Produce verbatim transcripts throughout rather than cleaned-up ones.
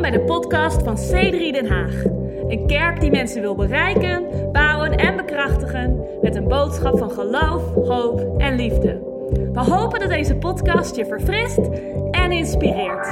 bij de podcast van C drie Den Haag. Een kerk die mensen wil bereiken, bouwen en bekrachtigen met een boodschap van geloof, hoop en liefde. We hopen dat deze podcast je verfrist en inspireert.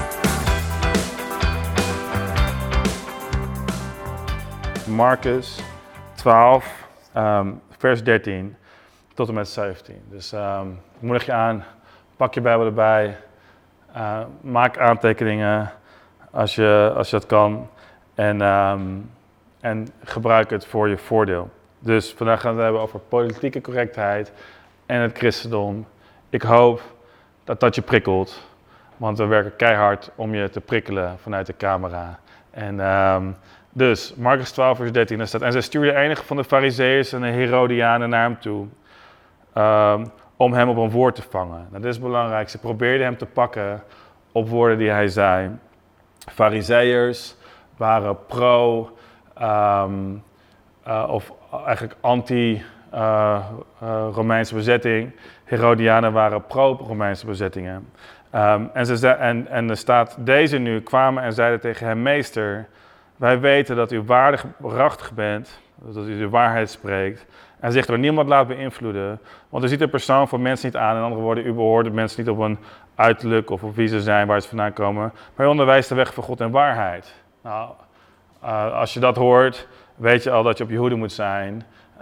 Marcus twaalf, um, vers dertien tot en met zeventien. Dus um, ik moedig je aan, pak je Bijbel erbij, uh, maak aantekeningen als je, als je dat kan en, um, en gebruik het voor je voordeel. Dus vandaag gaan we het hebben over politieke correctheid en het christendom. Ik hoop dat dat je prikkelt, want we werken keihard om je te prikkelen vanuit de camera. En um, dus, Marcus twaalf vers dertien, daar staat: en zij stuurde enige van de Farizeeërs en de Herodianen naar hem toe, um, om hem op een woord te vangen. Nou, dit is belangrijk, ze probeerden hem te pakken op woorden die hij zei. Farizeeërs waren pro, um, uh, of eigenlijk anti-Romeinse uh, uh, bezetting. Herodianen waren pro-Romeinse bezettingen. Um, en, ze, en, en er staat, deze nu kwamen en zeiden tegen hem: meester, wij weten dat u waardig, waarachtig bent, dat u de waarheid spreekt en zich door niemand laat beïnvloeden. Want u ziet de persoon van mensen niet aan. In andere woorden, u behoort mensen niet op een uiterlijk of op wie ze zijn, waar ze vandaan komen. Maar u onderwijst de weg van God en waarheid. Nou, uh, als je dat hoort, weet je al dat je op je hoede moet zijn.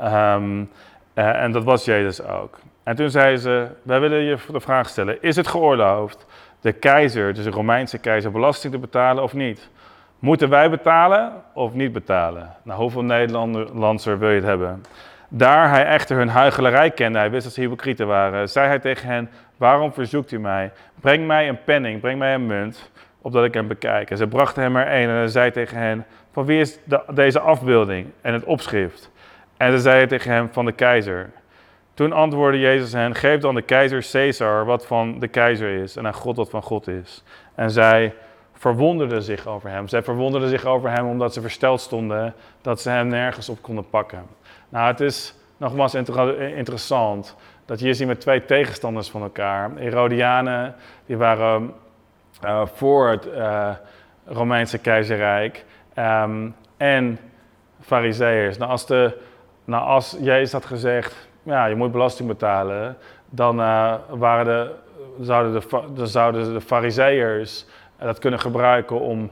Um, uh, en dat was Jezus ook. En toen zei ze: wij willen je de vraag stellen, is het geoorloofd de keizer, dus de Romeinse keizer, belasting te betalen of niet? Moeten wij betalen of niet betalen? Nou, hoeveel Nederlanders wil je het hebben? Daar hij echter hun huichelarij kende, hij wist dat ze hypocrieten waren, zei hij tegen hen: waarom verzoekt u mij? Breng mij een penning, breng mij een munt, opdat ik hem bekijk. En ze brachten hem er een en hij zei tegen hen: van wie is de, deze afbeelding en het opschrift? En ze zeiden tegen hem: van de keizer. Toen antwoordde Jezus hen: geef dan de keizer Caesar wat van de keizer is en aan God wat van God is. En zij verwonderden zich over hem. Zij verwonderden zich over hem omdat ze versteld stonden dat ze hem nergens op konden pakken. Nou, het is nogmaals inter- interessant dat je hier ziet met twee tegenstanders van elkaar. Herodianen, die waren uh, voor het uh, Romeinse keizerrijk, um, en Farizeeërs. Nou, als, de, nou, als Jezus had gezegd: ja, je moet belasting betalen, dan uh, waren de, zouden, de, dan zouden de Farizeeërs dat kunnen gebruiken om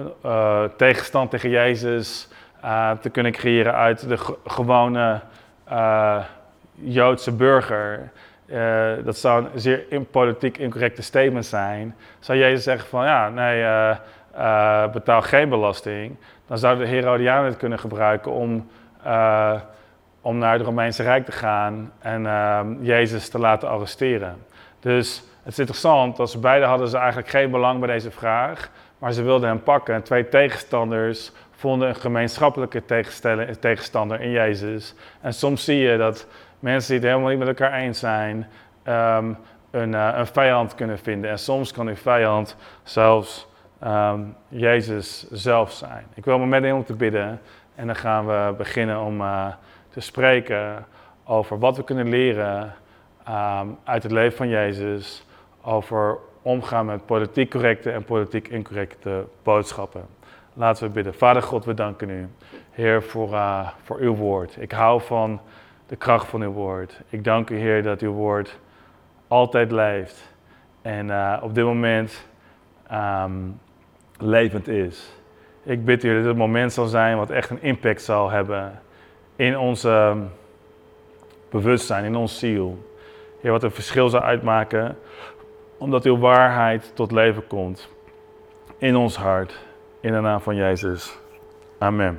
uh, tegenstand tegen Jezus uh, te kunnen creëren uit de g- gewone uh, Joodse burger. Uh, dat zou een zeer in politiek incorrecte statement zijn. Zou Jezus zeggen van ja, nee, uh, uh, betaal geen belasting. Dan zouden de Herodianen het kunnen gebruiken om, uh, om naar het Romeinse Rijk te gaan en uh, Jezus te laten arresteren. Dus het is interessant, dat ze beide hadden ze eigenlijk geen belang bij deze vraag, maar ze wilden hem pakken. En twee tegenstanders vonden een gemeenschappelijke tegenstander in Jezus. En soms zie je dat mensen die het helemaal niet met elkaar eens zijn, um, een, uh, een vijand kunnen vinden. En soms kan die vijand zelfs um, Jezus zelf zijn. Ik wil met hem om te bidden en dan gaan we beginnen om uh, te spreken over wat we kunnen leren um, uit het leven van Jezus, over omgaan met politiek correcte en politiek incorrecte boodschappen. Laten we bidden. Vader God, we danken u, Heer, voor, uh, voor uw woord. Ik hou van de kracht van uw woord. Ik dank u, Heer, dat uw woord altijd leeft en uh, op dit moment um, levend is. Ik bid u dat het het moment zal zijn wat echt een impact zal hebben in ons uh, bewustzijn, in ons ziel. Heer, wat een verschil zal uitmaken, omdat uw waarheid tot leven komt in ons hart, in de naam van Jezus. Amen.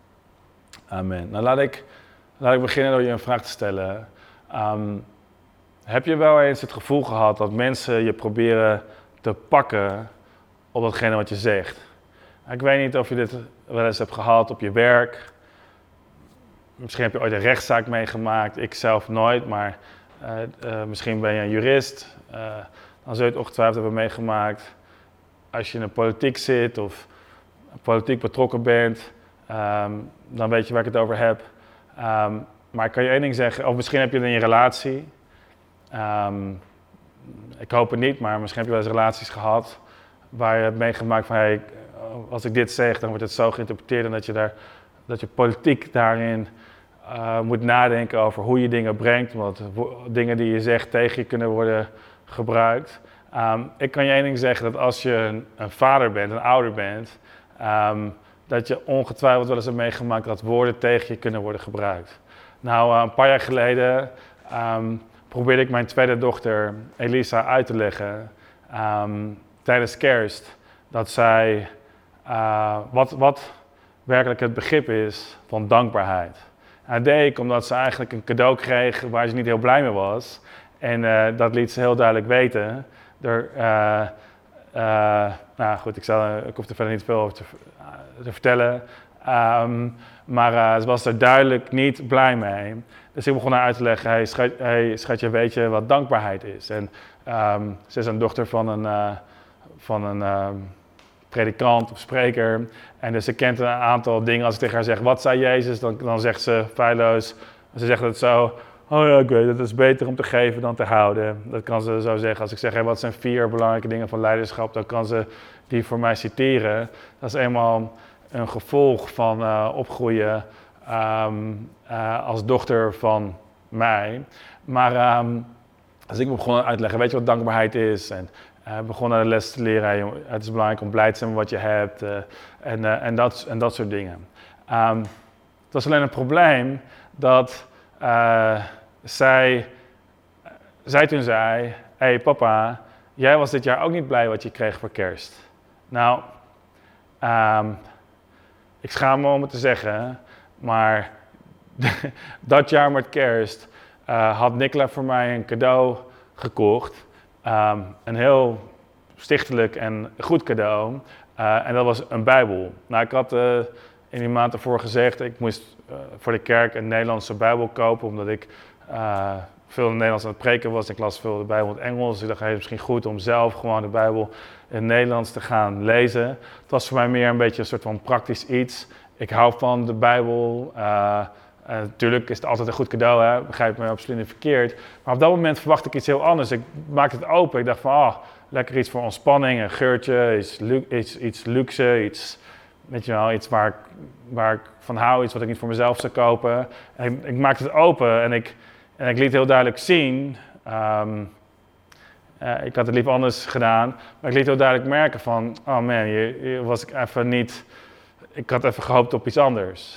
Amen. Nou, laat ik, laat ik beginnen door je een vraag te stellen. Um, heb je wel eens het gevoel gehad dat mensen je proberen te pakken op datgene wat je zegt? Ik weet niet of je dit wel eens hebt gehad op je werk. Misschien heb je ooit een rechtszaak meegemaakt. Ik zelf nooit, maar uh, uh, misschien ben je een jurist. Uh, dan zul je het ongetwijfeld hebben meegemaakt. Als je in de politiek zit of politiek betrokken bent, um, dan weet je waar ik het over heb. Um, maar ik kan je één ding zeggen, of misschien heb je het in je relatie. Um, ik hoop het niet, maar misschien heb je wel eens relaties gehad waar je hebt meegemaakt van, hey, als ik dit zeg, dan wordt het zo geïnterpreteerd en dat je, daar, dat je politiek daarin uh, moet nadenken over hoe je dingen brengt. Want dingen die je zegt tegen je kunnen worden gebruikt. Um, ik kan je één ding zeggen, dat als je een, een vader bent, een ouder bent, um, dat je ongetwijfeld wel eens hebt meegemaakt dat woorden tegen je kunnen worden gebruikt. Nou, uh, een paar jaar geleden um, probeerde ik mijn tweede dochter, Elisa, uit te leggen um, tijdens kerst, dat zij, uh, wat, wat werkelijk het begrip is van dankbaarheid. En dat deed ik omdat ze eigenlijk een cadeau kreeg waar ze niet heel blij mee was. En uh, dat liet ze heel duidelijk weten. Door, uh, uh, nou goed, ik, zal, ik hoef er verder niet veel over te, uh, te vertellen. Um, maar uh, ze was er duidelijk niet blij mee. Dus ik begon haar uit te leggen, hey, schat, hey, schatje, weet je wat dankbaarheid is? En um, ze is een dochter van een, uh, van een uh, predikant of spreker. En dus ze kent een aantal dingen. Als ik tegen haar zeg, wat zei Jezus? Dan, dan zegt ze feilloos, ze zegt het zo, oh ja, ik weet het, het is beter om te geven dan te houden. Dat kan ze zo zeggen. Als ik zeg, hey, wat zijn vier belangrijke dingen van leiderschap? Dan kan ze die voor mij citeren. Dat is eenmaal een gevolg van uh, opgroeien um, uh, als dochter van mij. Maar um, als ik me begon uit te leggen, weet je wat dankbaarheid is? En uh, begon naar de les te leren, hey, het is belangrijk om blij te zijn met wat je hebt. Uh, en, uh, en, dat, en dat soort dingen. Um, het was alleen een probleem dat uh, zij, zij toen zei, hé hey, papa, jij was dit jaar ook niet blij wat je kreeg voor kerst. Nou, um, ik schaam me om het te zeggen, maar dat jaar met kerst uh, had Nicola voor mij een cadeau gekocht. Um, een heel stichtelijk en goed cadeau. Uh, en dat was een Bijbel. Nou, ik had uh, in die maand ervoor gezegd, ik moest uh, voor de kerk een Nederlandse Bijbel kopen, omdat ik uh, veel in het Nederlands aan het preken was. Ik las veel de Bijbel in het Engels. Dus ik dacht, hey, het is misschien goed om zelf gewoon de Bijbel in het Nederlands te gaan lezen. Het was voor mij meer een beetje een soort van praktisch iets. Ik hou van de Bijbel. Uh, uh, natuurlijk is het altijd een goed cadeau, hè? Begrijp me absoluut niet verkeerd. Maar op dat moment verwachtte ik iets heel anders. Ik maakte het open. Ik dacht van, ah, oh, lekker iets voor ontspanning, een geurtje, iets, lu- iets, iets luxe, iets, weet je wel, iets waar ik, waar ik van hou, iets wat ik niet voor mezelf zou kopen. En ik, ik maakte het open en ik, en ik liet heel duidelijk zien. Um, uh, ik had het liever anders gedaan, maar ik liet heel duidelijk merken van, oh man, hier, hier was ik even niet. Ik had even gehoopt op iets anders.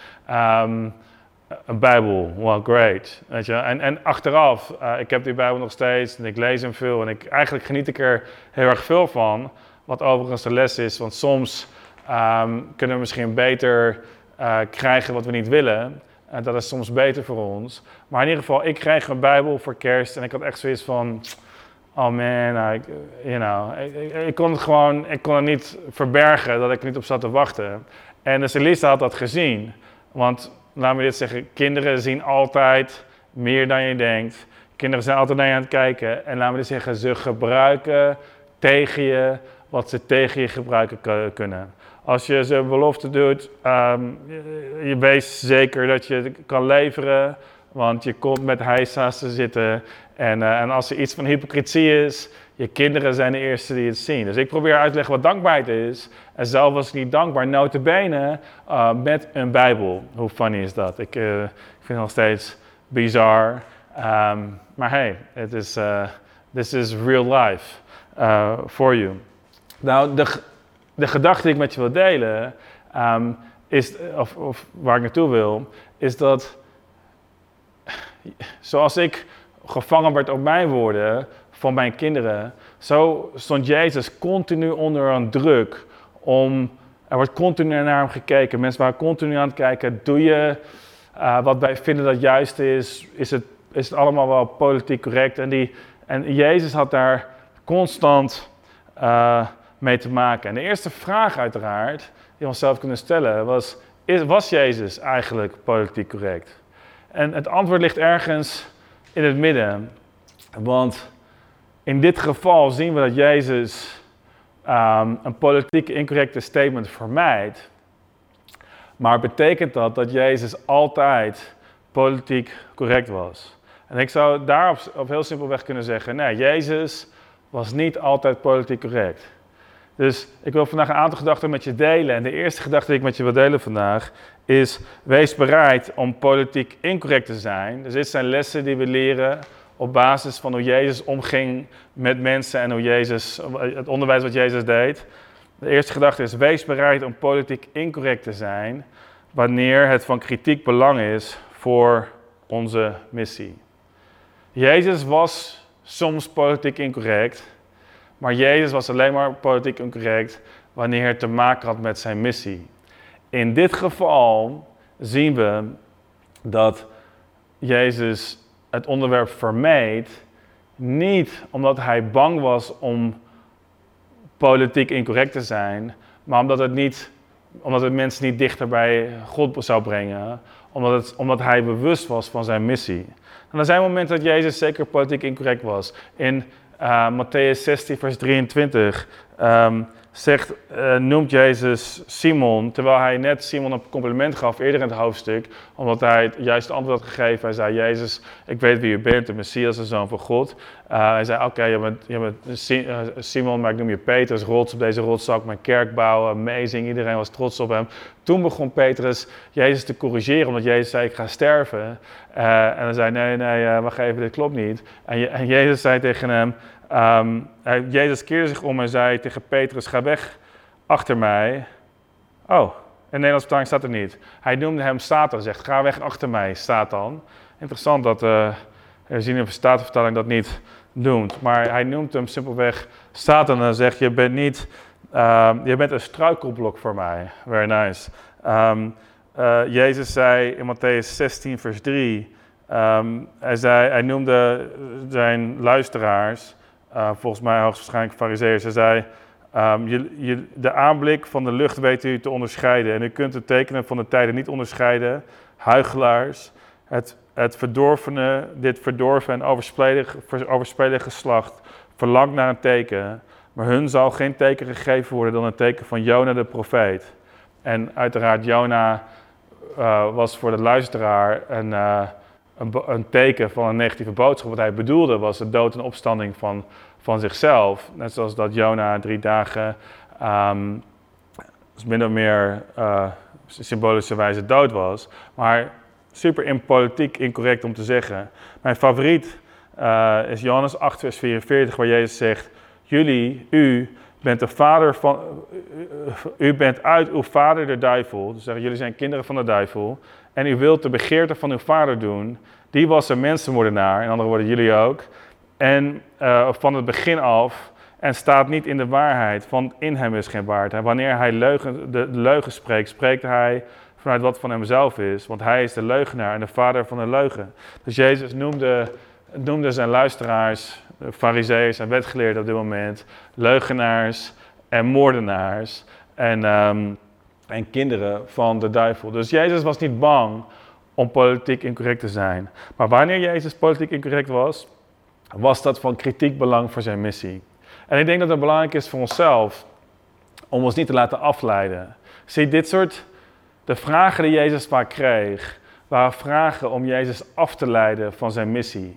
um, een Bijbel, well great. Weet je? En, en achteraf, uh, ik heb die Bijbel nog steeds en ik lees hem veel en ik, eigenlijk geniet ik er heel erg veel van. Wat overigens de les is, want soms um, kunnen we misschien beter uh, krijgen wat we niet willen. Uh, dat is soms beter voor ons. Maar in ieder geval, ik kreeg een Bijbel voor kerst en ik had echt zoiets van, oh man, nou, ik, you know, ik, ik, ik kon het gewoon, ik kon het niet verbergen dat ik er niet op zat te wachten. En dus Elisa had dat gezien, want laat me dit zeggen, kinderen zien altijd meer dan je denkt. Kinderen zijn altijd naar je aan het kijken en laat me dit zeggen, ze gebruiken tegen je wat ze tegen je gebruiken k- kunnen. Als je ze een belofte doet, um, je, je wees zeker dat je het kan leveren, want je komt met hijsa's te zitten. En, uh, en als er iets van hypocrisie is, je kinderen zijn de eerste die het zien. Dus ik probeer uit te leggen wat dankbaarheid is. En zelf was ik niet dankbaar, nota bene, uh, met een Bijbel. Hoe funny is dat? Ik, uh, ik vind het nog steeds bizar. Um, maar hey, it is, uh, this is real life uh, for you. Nou, de, de gedachte die ik met je wil delen, um, is, of, of waar ik naartoe wil, is dat zoals ik gevangen werd op mijn woorden van mijn kinderen, zo stond Jezus continu onder een druk om, er wordt continu naar hem gekeken. Mensen waren continu aan het kijken, doe je uh, wat wij vinden dat juist is, is het, is het allemaal wel politiek correct? En, die, en Jezus had daar constant uh, mee te maken. En de eerste vraag uiteraard, die we onszelf kunnen stellen, was, is, was Jezus eigenlijk politiek correct? En het antwoord ligt ergens in het midden. Want in dit geval zien we dat Jezus um, een politiek incorrecte statement vermijdt. Maar betekent dat dat Jezus altijd politiek correct was? En ik zou daarop op heel simpelweg kunnen zeggen, nee, Jezus was niet altijd politiek correct. Dus ik wil vandaag een aantal gedachten met je delen. En de eerste gedachte die ik met je wil delen vandaag is: wees bereid om politiek incorrect te zijn. Dus dit zijn lessen die we leren op basis van hoe Jezus omging met mensen en hoe Jezus, het onderwijs wat Jezus deed. De eerste gedachte is: wees bereid om politiek incorrect te zijn wanneer het van kritiek belang is voor onze missie. Jezus was soms politiek incorrect, maar Jezus was alleen maar politiek incorrect wanneer het te maken had met zijn missie. In dit geval zien we dat Jezus het onderwerp vermeed, niet omdat hij bang was om politiek incorrect te zijn, maar omdat het, niet, omdat het mensen niet dichter bij God zou brengen, omdat, het, omdat hij bewust was van zijn missie. En er zijn momenten dat Jezus zeker politiek incorrect was. In uh, Matthäus zestien vers drieëntwintig um, zegt, uh, noemt Jezus Simon, terwijl hij net Simon een compliment gaf eerder in het hoofdstuk, omdat hij het juiste antwoord had gegeven. Hij zei: Jezus, ik weet wie u bent, de Messias, de Zoon van God. Uh, hij zei: oké, okay, je bent, je bent Simon, maar ik noem je Petrus, rots. Op deze rots zal ik mijn kerk bouwen. Amazing, iedereen was trots op hem. Toen begon Petrus Jezus te corrigeren, omdat Jezus zei: ik ga sterven. Uh, en hij zei: nee, nee, uh, wacht even, dit klopt niet. En, je, en Jezus zei tegen hem, um, hij, Jezus keerde zich om en zei tegen Petrus: ga weg achter mij. Oh, in de Nederlandse vertaling staat er niet. Hij noemde hem Satan, zegt: ga weg achter mij, Satan. Interessant dat uh, we zien in de Statenvertaling dat niet noemt. Maar hij noemt hem simpelweg Satan en zegt: je bent niet, uh, je bent een struikelblok voor mij. Very nice. Um, uh, Jezus zei in Matthäus zestien vers drie, um, hij, zei, hij noemde zijn luisteraars, uh, volgens mij hoogstwaarschijnlijk farizeeërs, hij zei: Um, je, je, de aanblik van de lucht weet u te onderscheiden. En u kunt de tekenen van de tijden niet onderscheiden. Huichelaars, het, het verdorvene, dit verdorven en overspelige geslacht verlangt naar een teken. Maar hun zal geen teken gegeven worden dan een teken van Jona de profeet. En uiteraard, Jona uh, was voor de luisteraar een, uh, een, een teken van een negatieve boodschap. Wat hij bedoelde was de dood en opstanding van van zichzelf. Net zoals dat Jona drie dagen um, min of meer uh, symbolische wijze dood was. Maar super in politiek incorrect om te zeggen. Mijn favoriet uh, is Johannes acht vers vierenveertig, waar Jezus zegt: jullie, u bent de vader van, uh, u bent uit uw vader de duivel. Dus zeggen, jullie zijn kinderen van de duivel. En u wilt de begeerte van uw vader doen. Die was een mensenmoordenaar, in andere woorden jullie ook. En uh, van het begin af, en staat niet in de waarheid, want in hem is geen waarheid. Wanneer hij leugen, de leugen spreekt, spreekt hij vanuit wat van hemzelf is, want hij is de leugenaar en de vader van de leugen. Dus Jezus noemde, noemde zijn luisteraars, farizeeërs en wetgeleerden op dit moment, leugenaars en moordenaars en, um, en kinderen van de duivel. Dus Jezus was niet bang om politiek incorrect te zijn. Maar wanneer Jezus politiek incorrect was, was dat van kritiek belang voor zijn missie. En ik denk dat het belangrijk is voor onszelf om ons niet te laten afleiden. Zie, dit soort, de vragen die Jezus vaak kreeg, waren vragen om Jezus af te leiden van zijn missie.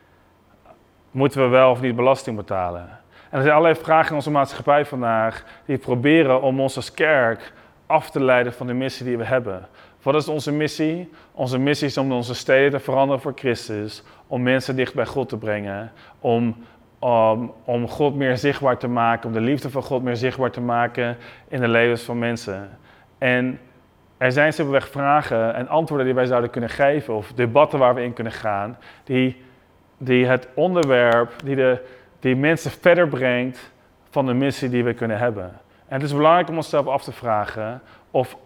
Moeten we wel of niet belasting betalen? En er zijn allerlei vragen in onze maatschappij vandaag die proberen om ons als kerk af te leiden van de missie die we hebben. Wat is onze missie? Onze missie is om onze steden te veranderen voor Christus, om mensen dicht bij God te brengen, om, om, om God meer zichtbaar te maken, om de liefde van God meer zichtbaar te maken in de levens van mensen. En er zijn simpelweg vragen en antwoorden die wij zouden kunnen geven, of debatten waar we in kunnen gaan, die, die het onderwerp, die, de, die mensen verder brengt van de missie die we kunnen hebben. En het is belangrijk om onszelf af te vragen of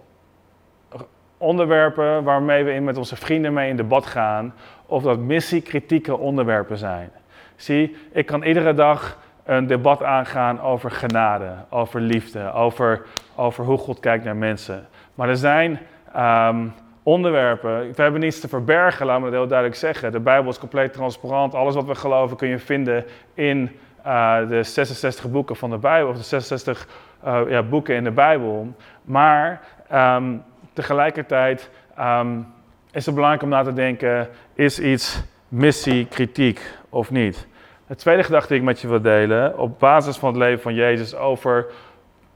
onderwerpen waarmee we in met onze vrienden mee in debat gaan, of dat missiekritieke onderwerpen zijn. Zie, ik kan iedere dag een debat aangaan over genade, over liefde, over, over hoe God kijkt naar mensen. Maar er zijn um, onderwerpen, we hebben niets te verbergen, laten we het heel duidelijk zeggen. De Bijbel is compleet transparant, alles wat we geloven kun je vinden in uh, de zesenzestig boeken van de Bijbel, of de zesenzestig uh, ja, boeken in de Bijbel. Maar um, tegelijkertijd um, is het belangrijk om na te denken, is iets missiekritiek of niet? De tweede gedachte die ik met je wil delen, op basis van het leven van Jezus over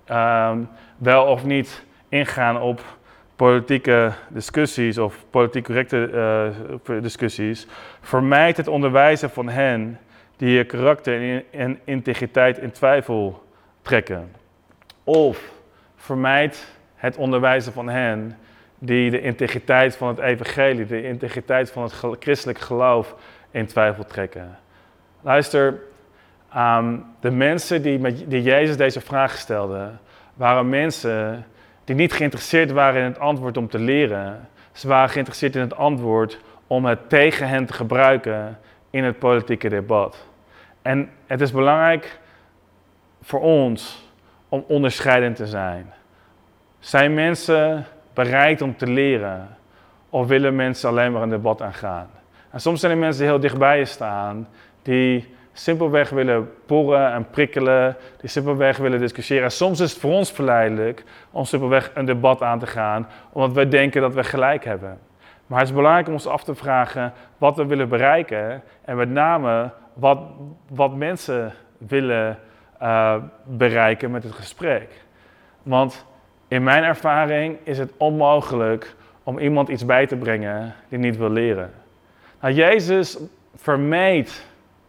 um, wel of niet ingaan op politieke discussies of politiek correcte uh, discussies. Vermijd het onderwijzen van hen die je karakter en integriteit in twijfel trekken. Of vermijd het onderwijzen van hen die de integriteit van het evangelie, de integriteit van het christelijk geloof in twijfel trekken. Luister, um, de mensen die, met, die Jezus deze vraag stelde, waren mensen die niet geïnteresseerd waren in het antwoord om te leren. Ze waren geïnteresseerd in het antwoord om het tegen hen te gebruiken in het politieke debat. En het is belangrijk voor ons om onderscheidend te zijn. Zijn mensen bereid om te leren? Of willen mensen alleen maar een debat aangaan? En soms zijn er mensen die heel dichtbij je staan, die simpelweg willen porren en prikkelen, die simpelweg willen discussiëren. En soms is het voor ons verleidelijk om simpelweg een debat aan te gaan, omdat wij denken dat we gelijk hebben. Maar het is belangrijk om ons af te vragen wat we willen bereiken en met name wat, wat mensen willen uh, bereiken met het gesprek. Want in mijn ervaring is het onmogelijk om iemand iets bij te brengen die niet wil leren. Nou, Jezus vermeed,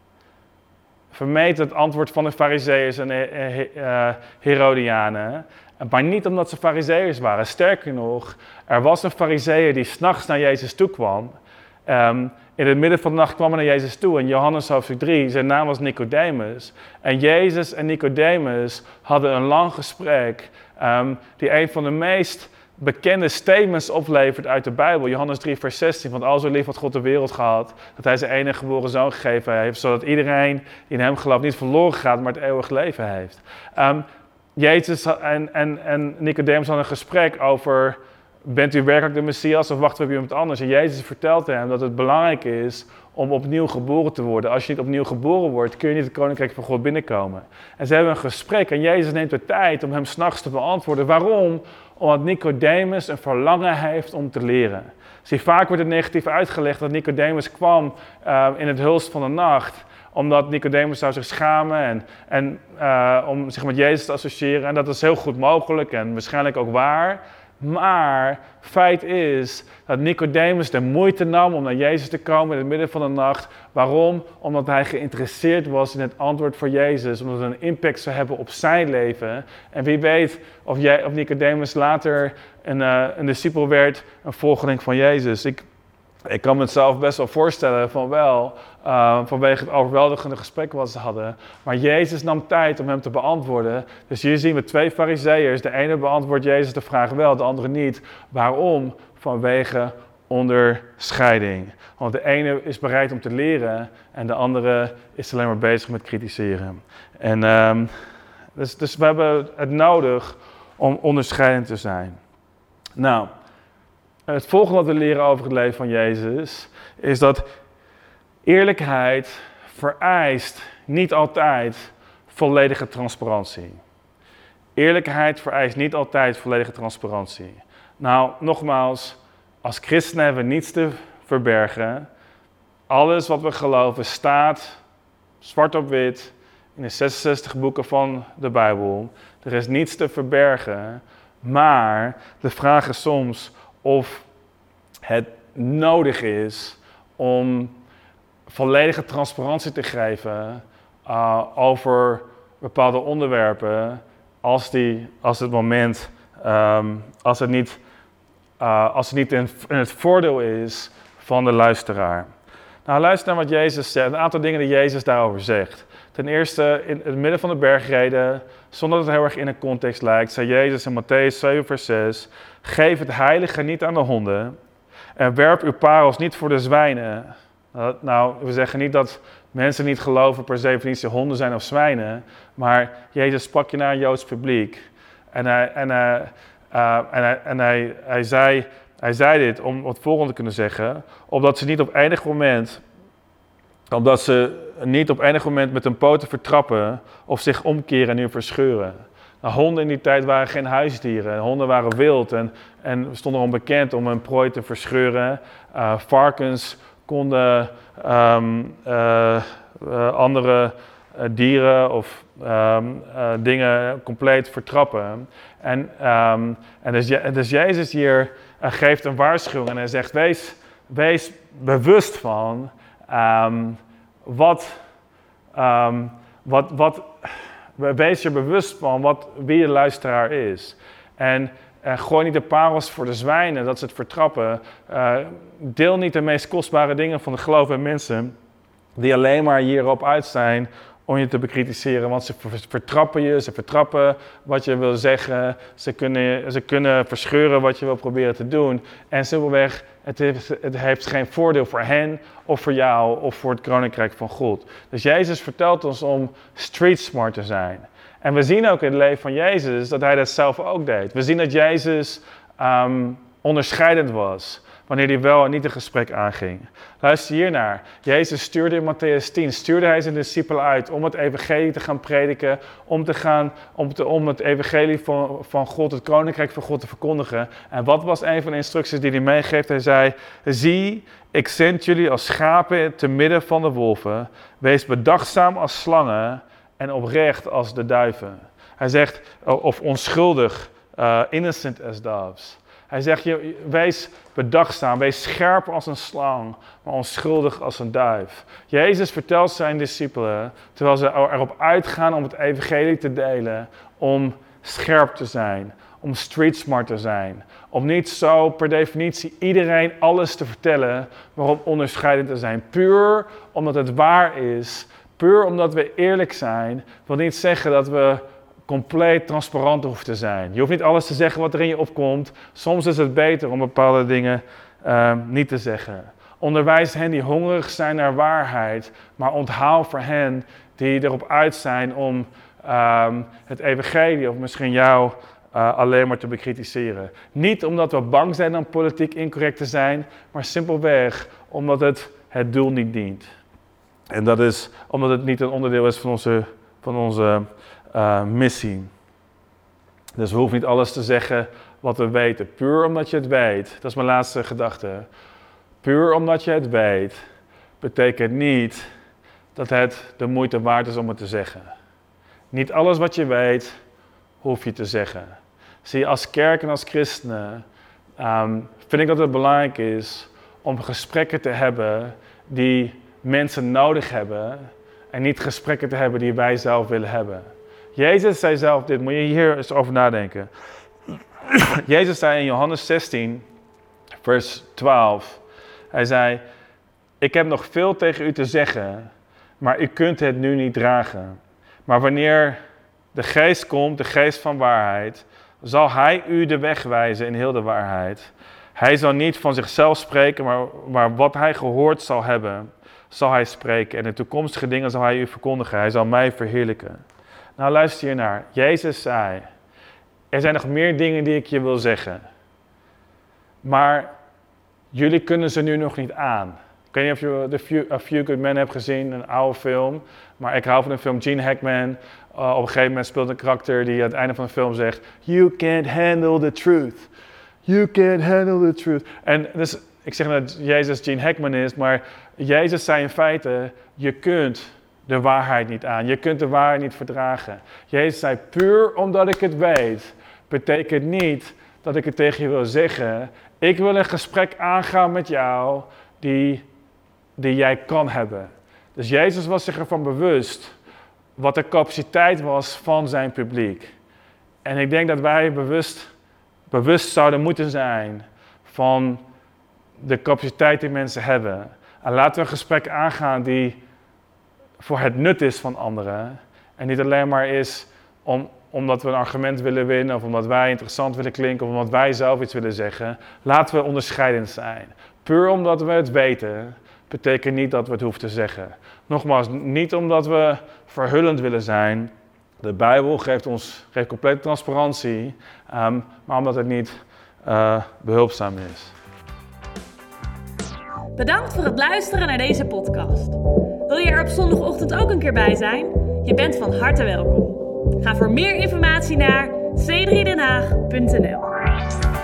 vermeed het antwoord van de Farizeeërs en uh, Herodianen, maar niet omdat ze Farizeeërs waren. Sterker nog, er was een Farizeeër die 's nachts naar Jezus toe kwam. Um, in het midden van de nacht kwam hij naar Jezus toe in Johannes hoofdstuk drie. Zijn naam was Nicodemus. En Jezus en Nicodemus hadden een lang gesprek, um, die een van de meest bekende statements oplevert uit de Bijbel. Johannes drie vers zestien, want al zo lief had God de wereld gehad, dat hij zijn enige geboren zoon gegeven heeft, zodat iedereen die in hem gelooft niet verloren gaat, maar het eeuwig leven heeft. Um, Jezus en, en, en Nicodemus hadden een gesprek over, bent u werkelijk de Messias of wachten we op iemand anders? En Jezus vertelt hem dat het belangrijk is om opnieuw geboren te worden. Als je niet opnieuw geboren wordt, kun je niet het koninkrijk van God binnenkomen. En ze hebben een gesprek en Jezus neemt de tijd om hem 's nachts te beantwoorden. Waarom? Omdat Nicodemus een verlangen heeft om te leren. Zie, vaak wordt het negatief uitgelegd dat Nicodemus kwam uh, in het hulst van de nacht, omdat Nicodemus zou zich schamen en, en uh, om zich met Jezus te associëren. En dat is heel goed mogelijk en waarschijnlijk ook waar. Maar feit is dat Nicodemus de moeite nam om naar Jezus te komen in het midden van de nacht. Waarom? Omdat hij geïnteresseerd was in het antwoord voor Jezus. Omdat het een impact zou hebben op zijn leven. En wie weet of, jij, of Nicodemus later een, uh, een discipel werd, een volgeling van Jezus. Ik, ik kan me het zelf best wel voorstellen van wel, uh, vanwege het overweldigende gesprek wat ze hadden. Maar Jezus nam tijd om hem te beantwoorden. Dus hier zien we twee Farizeeërs. De ene beantwoordt Jezus de vraag wel, de andere niet. Waarom? Vanwege onderscheiding. Want de ene is bereid om te leren en de andere is alleen maar bezig met kritiseren. En um, dus, dus we hebben het nodig om onderscheidend te zijn. Nou, het volgende wat we leren over het leven van Jezus is dat eerlijkheid vereist niet altijd volledige transparantie. Eerlijkheid vereist niet altijd volledige transparantie. Nou, nogmaals, als christenen hebben we niets te verbergen. Alles wat we geloven staat zwart op wit in de zesenzestig boeken van de Bijbel. Er is niets te verbergen, maar de vraag is soms of het nodig is om volledige transparantie te geven uh, over bepaalde onderwerpen als, die, als het moment, um, als het niet, uh, als het niet in, in het voordeel is van de luisteraar. Nou, luister naar wat Jezus zegt, een aantal dingen die Jezus daarover zegt. Ten eerste, in het midden van de bergreden, zonder dat het heel erg in een context lijkt, zei Jezus in Mattheüs zeven vers zes, geef het heilige niet aan de honden en werp uw parels niet voor de zwijnen. Nou, we zeggen niet dat mensen niet geloven per definitie honden zijn of zwijnen, maar Jezus sprak je naar een Joods publiek. En hij, en, uh, uh, en, hij, en hij, hij, zei, hij zei dit om het volgende te kunnen zeggen, opdat ze niet op enig moment, omdat ze niet op enig moment met hun poten vertrappen of zich omkeren en u verscheuren. Nou, honden in die tijd waren geen huisdieren. Honden waren wild en, en stonden onbekend om hun prooi te verscheuren. Uh, varkens konden um, uh, uh, andere uh, dieren of um, uh, dingen compleet vertrappen. En, um, en dus, dus Jezus hier uh, geeft een waarschuwing en hij zegt, wees, wees bewust van um, wat, um, wat, wat, wees je bewust van wat, wie je luisteraar is. En uh, gooi niet de parels voor de zwijnen, dat ze het vertrappen. Uh, deel niet de meest kostbare dingen van de geloof en mensen die alleen maar hierop uit zijn om je te bekritiseren. Want ze vertrappen je, ze vertrappen wat je wil zeggen. Ze kunnen, ze kunnen verscheuren wat je wil proberen te doen. En simpelweg, het heeft, het heeft geen voordeel voor hen of voor jou of voor het koninkrijk van God. Dus Jezus vertelt ons om street smart te zijn. En we zien ook in het leven van Jezus dat hij dat zelf ook deed. We zien dat Jezus um, onderscheidend was wanneer hij wel en niet een gesprek aanging. Luister hiernaar. Jezus stuurde in Mattheüs tien, stuurde hij zijn discipelen uit om het evangelie te gaan prediken, om, te gaan, om, te, om het evangelie van, van God, het koninkrijk van God te verkondigen. En wat was een van de instructies die hij meegeeft? Hij zei, zie, ik zend jullie als schapen te midden van de wolven. Wees bedachtzaam als slangen en oprecht als de duiven. Hij zegt, of onschuldig, uh, innocent as doves. Hij zegt, wees bedachtzaam, wees scherp als een slang, maar onschuldig als een duif. Jezus vertelt zijn discipelen, terwijl ze erop uitgaan om het evangelie te delen, om scherp te zijn, om street smart te zijn. Om niet zo per definitie iedereen alles te vertellen, maar om onderscheidend te zijn. Puur omdat het waar is, puur omdat we eerlijk zijn, wil niet zeggen dat we compleet transparant hoeft te zijn. Je hoeft niet alles te zeggen wat er in je opkomt. Soms is het beter om bepaalde dingen uh, niet te zeggen. Onderwijs hen die hongerig zijn naar waarheid, maar onthaal voor hen die erop uit zijn om um, het evangelie of misschien jou uh, alleen maar te bekritiseren. Niet omdat we bang zijn om politiek incorrect te zijn, maar simpelweg omdat het het doel niet dient. En dat is omdat het niet een onderdeel is van onze, van onze Uh, missie. Dus we hoeven niet alles te zeggen wat we weten. Puur omdat je het weet, dat is mijn laatste gedachte. Puur omdat je het weet, betekent niet dat het de moeite waard is om het te zeggen. Niet alles wat je weet, hoef je te zeggen. Zie je, als kerk en als christenen um, vind ik dat het belangrijk is om gesprekken te hebben die mensen nodig hebben en niet gesprekken te hebben die wij zelf willen hebben. Jezus zei zelf dit, moet je hier eens over nadenken. Jezus zei in Johannes zestien, vers twaalf, hij zei, ik heb nog veel tegen u te zeggen, maar u kunt het nu niet dragen. Maar wanneer de geest komt, de geest van waarheid, zal hij u de weg wijzen in heel de waarheid. Hij zal niet van zichzelf spreken, maar, maar wat hij gehoord zal hebben, zal hij spreken. En de toekomstige dingen zal hij u verkondigen. Hij zal mij verheerlijken. Nou, luister hiernaar. Jezus zei, er zijn nog meer dingen die ik je wil zeggen. Maar jullie kunnen ze nu nog niet aan. Ik weet niet of je The Few, A Few Good Men hebt gezien, een oude film. Maar ik hou van de film Gene Hackman. Uh, op een gegeven moment speelt een karakter die aan het einde van de film zegt, you can't handle the truth. You can't handle the truth. En dus, ik zeg dat Jezus Gene Hackman is, maar Jezus zei in feite, je kunt de waarheid niet aan. Je kunt de waarheid niet verdragen. Jezus zei, puur omdat ik het weet, betekent niet dat ik het tegen je wil zeggen. Ik wil een gesprek aangaan met jou die, die jij kan hebben. Dus Jezus was zich ervan bewust wat de capaciteit was van zijn publiek. En ik denk dat wij bewust, bewust zouden moeten zijn van de capaciteit die mensen hebben. En laten we een gesprek aangaan die voor het nut is van anderen. En niet alleen maar is om, omdat we een argument willen winnen, of omdat wij interessant willen klinken, of omdat wij zelf iets willen zeggen. Laten we onderscheidend zijn. Puur omdat we het weten, betekent niet dat we het hoeven te zeggen. Nogmaals, niet omdat we verhullend willen zijn. De Bijbel geeft ons geeft complete transparantie, um, maar omdat het niet uh, behulpzaam is. Bedankt voor het luisteren naar deze podcast. Wil je er op zondagochtend ook een keer bij zijn? Je bent van harte welkom. Ga voor meer informatie naar c drie den haag punt n l.